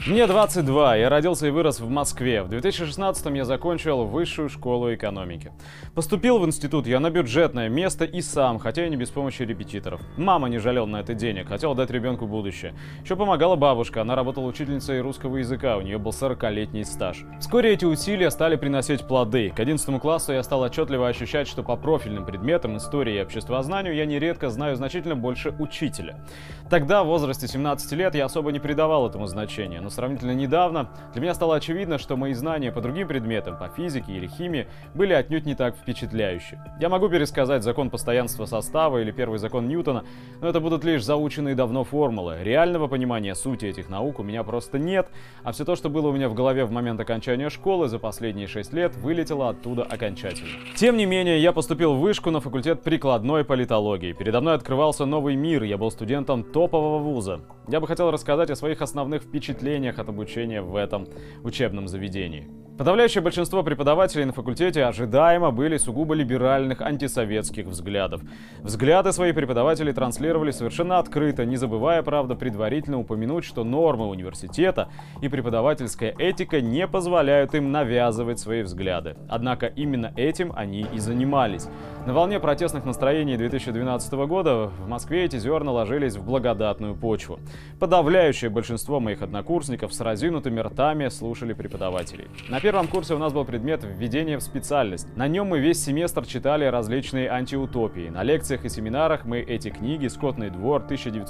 Мне 22, я родился и вырос в Москве. В 2016-м я закончил высшую школу экономики. Поступил в институт я на бюджетное место и сам, хотя и не без помощи репетиторов. Мама не жалела на это денег, хотела дать ребенку будущее. Еще помогала бабушка, она работала учительницей русского языка, у нее был 40-летний стаж. Вскоре эти усилия стали приносить плоды. К 11 классу я стал отчетливо ощущать, что по профильным предметам истории и обществознанию я нередко знаю значительно больше учителя. Тогда, в возрасте 17 лет, я особо не придавал этому значения, но сравнительно недавно для меня стало очевидно, что мои знания по другим предметам, по физике или химии, были отнюдь не так впечатляющие. Я могу пересказать закон постоянства состава или первый закон Ньютона, но это будут лишь заученные давно формулы. Реального понимания сути этих наук у меня просто нет, а все то, что было у меня в голове в момент окончания школы за последние 6 лет, вылетело оттуда окончательно. Тем не менее, я поступил в вышку на факультет прикладной политологии. Передо мной открывался новый мир, я был студентом топового вуза. Я бы хотел рассказать о своих основных впечатлениях от обучения в этом учебном заведении. Подавляющее большинство преподавателей на факультете ожидаемо были сугубо либеральных антисоветских взглядов. Взгляды свои преподаватели транслировали совершенно открыто, не забывая, правда, предварительно упомянуть, что нормы университета и преподавательская этика не позволяют им навязывать свои взгляды. Однако именно этим они и занимались. На волне протестных настроений 2012 года в Москве эти зерна ложились в благодатную почву. Подавляющее большинство моих однокурсников с разинутыми ртами слушали преподавателей. На первом курсе у нас был предмет «Введение в специальность». На нем мы весь семестр читали различные антиутопии. На лекциях и семинарах мы эти книги «Скотный двор»,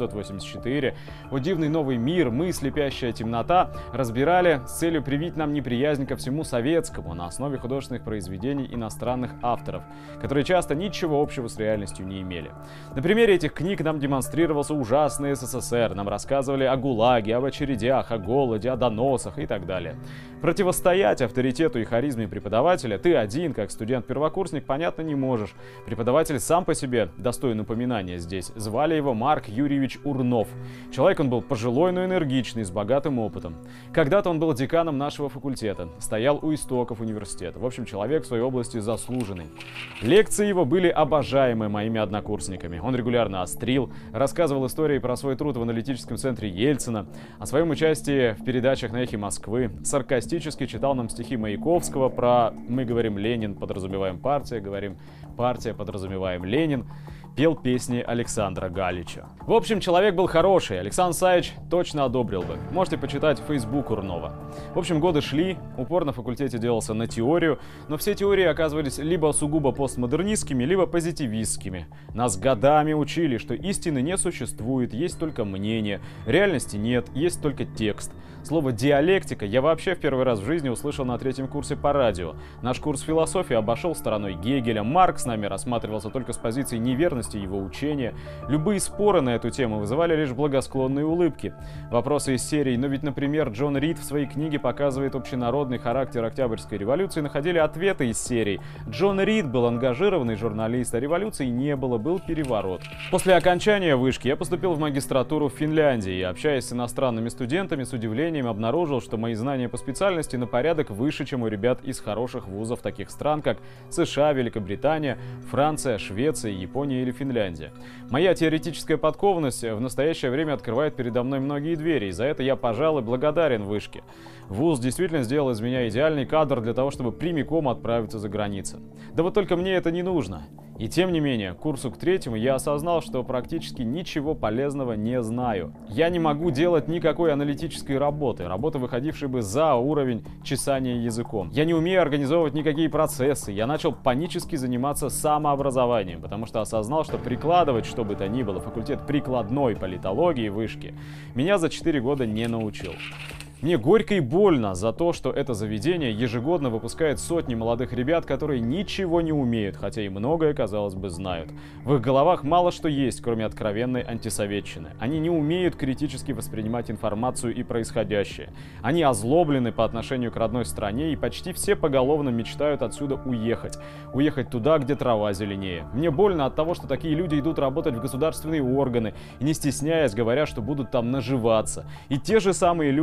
1984, «О дивный новый мир», «Мы, слепящая темнота» разбирали с целью привить нам неприязнь ко всему советскому на основе художественных произведений иностранных авторов, которые часто ничего общего с реальностью не имели. На примере этих книг нам демонстрировался ужасный СССР, нам рассказывали о ГУЛАГе, об очередях, о голоде, о доносах и так далее. Противостоять авторитету и харизме преподавателя ты один, как студент-первокурсник, понятно, не можешь. Преподаватель сам по себе достоин упоминания здесь. Звали его Марк Юрьевич Урнов. Человек он был пожилой, но энергичный, с богатым опытом. Когда-то он был деканом нашего факультета, стоял у истоков университета. В общем, человек в своей области заслуженный. Лекции его были обожаемы моими однокурсниками. Он регулярно острил, рассказывал истории про свой труд в аналитическом центре Ельцина, о своем участии в передачах на Эхе Москвы, саркастически читал нам стихи Маяковского про «Мы говорим Ленин, подразумеваем партия, говорим партия, подразумеваем Ленин», пел песни Александра Галича. В общем, человек был хороший, Александр Саевич точно одобрил бы. Можете почитать в Facebook Урнова. В общем, годы шли, упор на факультете делался на теорию, но все теории оказывались либо сугубо постмодернистскими, либо позитивистскими. Нас годами учили, что истины не существует, есть только мнение, реальности нет, есть только текст. Слово «диалектика» я вообще в первый раз в жизни услышал на 3-м курсе по радио. Наш курс философии обошел стороной Гегеля, Маркс с нами рассматривался только с позиции неверности его учения. Любые споры на эту тему вызывали лишь благосклонные улыбки. Вопросы из серии «Но ведь, например, Джон Рид в своей книге показывает общенародный характер Октябрьской революции» находили ответы из серии «Джон Рид был ангажированный журналист, а революции не было, был переворот». После окончания вышки я поступил в магистратуру в Финляндии и, общаясь с иностранными студентами, с удивлением обнаружил, что мои знания по специальности на порядок выше, чем у ребят из хороших вузов таких стран, как США, Великобритания, Франция, Швеция, Япония или Финляндия. Моя теоретическая подкованность в настоящее время открывает передо мной многие двери, и за это я, пожалуй, благодарен вышке. Вуз действительно сделал из меня идеальный кадр для того, чтобы прямиком отправиться за границу. Да вот только мне это не нужно. И тем не менее, к курсу к 3-му я осознал, что практически ничего полезного не знаю. Я не могу делать никакой аналитической работы, выходившей бы за уровень чесания языком. Я не умею организовывать никакие процессы. Я начал панически заниматься самообразованием, потому что осознал, что прикладывать что бы то ни было факультет прикладной политологии вышки меня за 4 года не научил. Мне горько и больно за то, что это заведение ежегодно выпускает сотни молодых ребят, которые ничего не умеют, хотя и многое, казалось бы, знают. В их головах мало что есть, кроме откровенной антисоветчины. Они не умеют критически воспринимать информацию и происходящее. Они озлоблены по отношению к родной стране и почти все поголовно мечтают отсюда уехать. Уехать туда, где трава зеленее. Мне больно от того, что такие люди идут работать в государственные органы и, не стесняясь, говорят, что будут там наживаться. И те же самые люди по признанию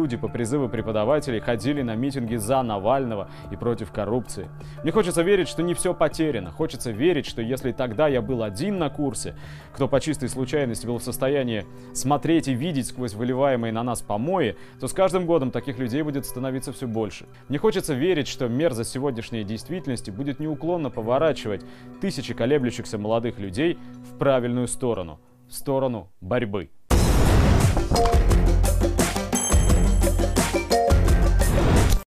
призывы преподавателей ходили на митинги за Навального и против коррупции. Мне хочется верить, что не все потеряно. Хочется верить, что если тогда я был один на курсе, кто по чистой случайности был в состоянии смотреть и видеть сквозь выливаемые на нас помои, то с каждым годом таких людей будет становиться все больше. Мне хочется верить, что мерзость сегодняшней действительности будет неуклонно поворачивать тысячи колеблющихся молодых людей в правильную сторону, в сторону борьбы.